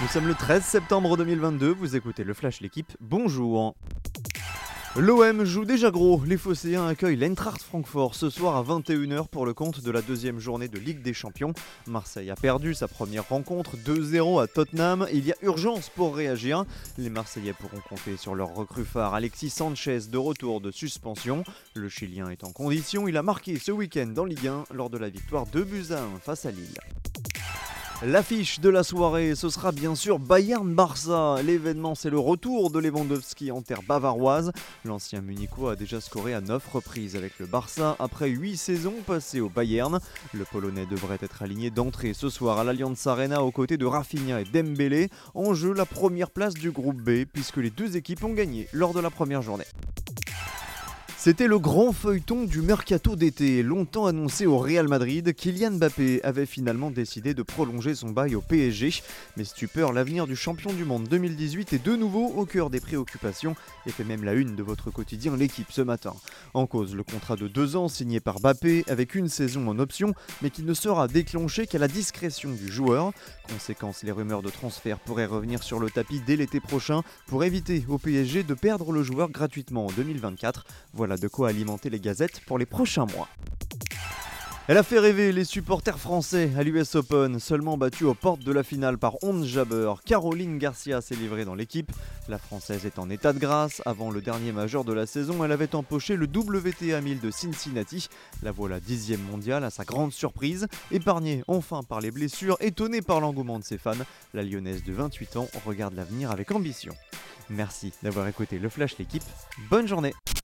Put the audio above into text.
Nous sommes le 13 septembre 2022, vous écoutez le Flash L'équipe, bonjour. L'OM joue déjà gros, les Phocéens accueillent l'Eintracht Francfort ce soir à 21h pour le compte de la deuxième journée de Ligue des Champions. Marseille a perdu sa première rencontre 2-0 à Tottenham, il y a urgence pour réagir. Les Marseillais pourront compter sur leur recrue phare Alexis Sanchez de retour de suspension. Le Chilien est en condition, il a marqué ce week-end en Ligue 1 lors de la victoire 2-1 face à Lille. L'affiche de la soirée, ce sera bien sûr Bayern-Barça. L'événement, c'est le retour de Lewandowski en terre bavaroise. L'ancien Munichois a déjà scoré à 9 reprises avec le Barça après 8 saisons passées au Bayern. Le Polonais devrait être aligné d'entrée ce soir à l'Allianz Arena aux côtés de Rafinha et Dembélé. En jeu, la première place du groupe B puisque les deux équipes ont gagné lors de la première journée. C'était le grand feuilleton du mercato d'été, longtemps annoncé au Real Madrid. Kylian Mbappé avait finalement décidé de prolonger son bail au PSG. Mais stupeur, l'avenir du champion du monde 2018 est de nouveau au cœur des préoccupations et fait même la une de votre quotidien L'équipe ce matin. En cause, le contrat de 2 ans signé par Mbappé avec une saison en option, mais qui ne sera déclenché qu'à la discrétion du joueur. Conséquence, les rumeurs de transfert pourraient revenir sur le tapis dès l'été prochain pour éviter au PSG de perdre le joueur gratuitement en 2024. Voilà de quoi alimenter les gazettes pour les prochains mois. Elle a fait rêver les supporters français à l'US Open, seulement battue aux portes de la finale par Ons Jabeur. Caroline Garcia s'est livrée dans l'équipe. La Française est en état de grâce. Avant le dernier majeur de la saison, elle avait empoché le WTA 1000 de Cincinnati. La voilà 10e mondiale à sa grande surprise. Épargnée enfin par les blessures, étonnée par l'engouement de ses fans, la Lyonnaise de 28 ans regarde l'avenir avec ambition. Merci d'avoir écouté le Flash L'équipe. Bonne journée.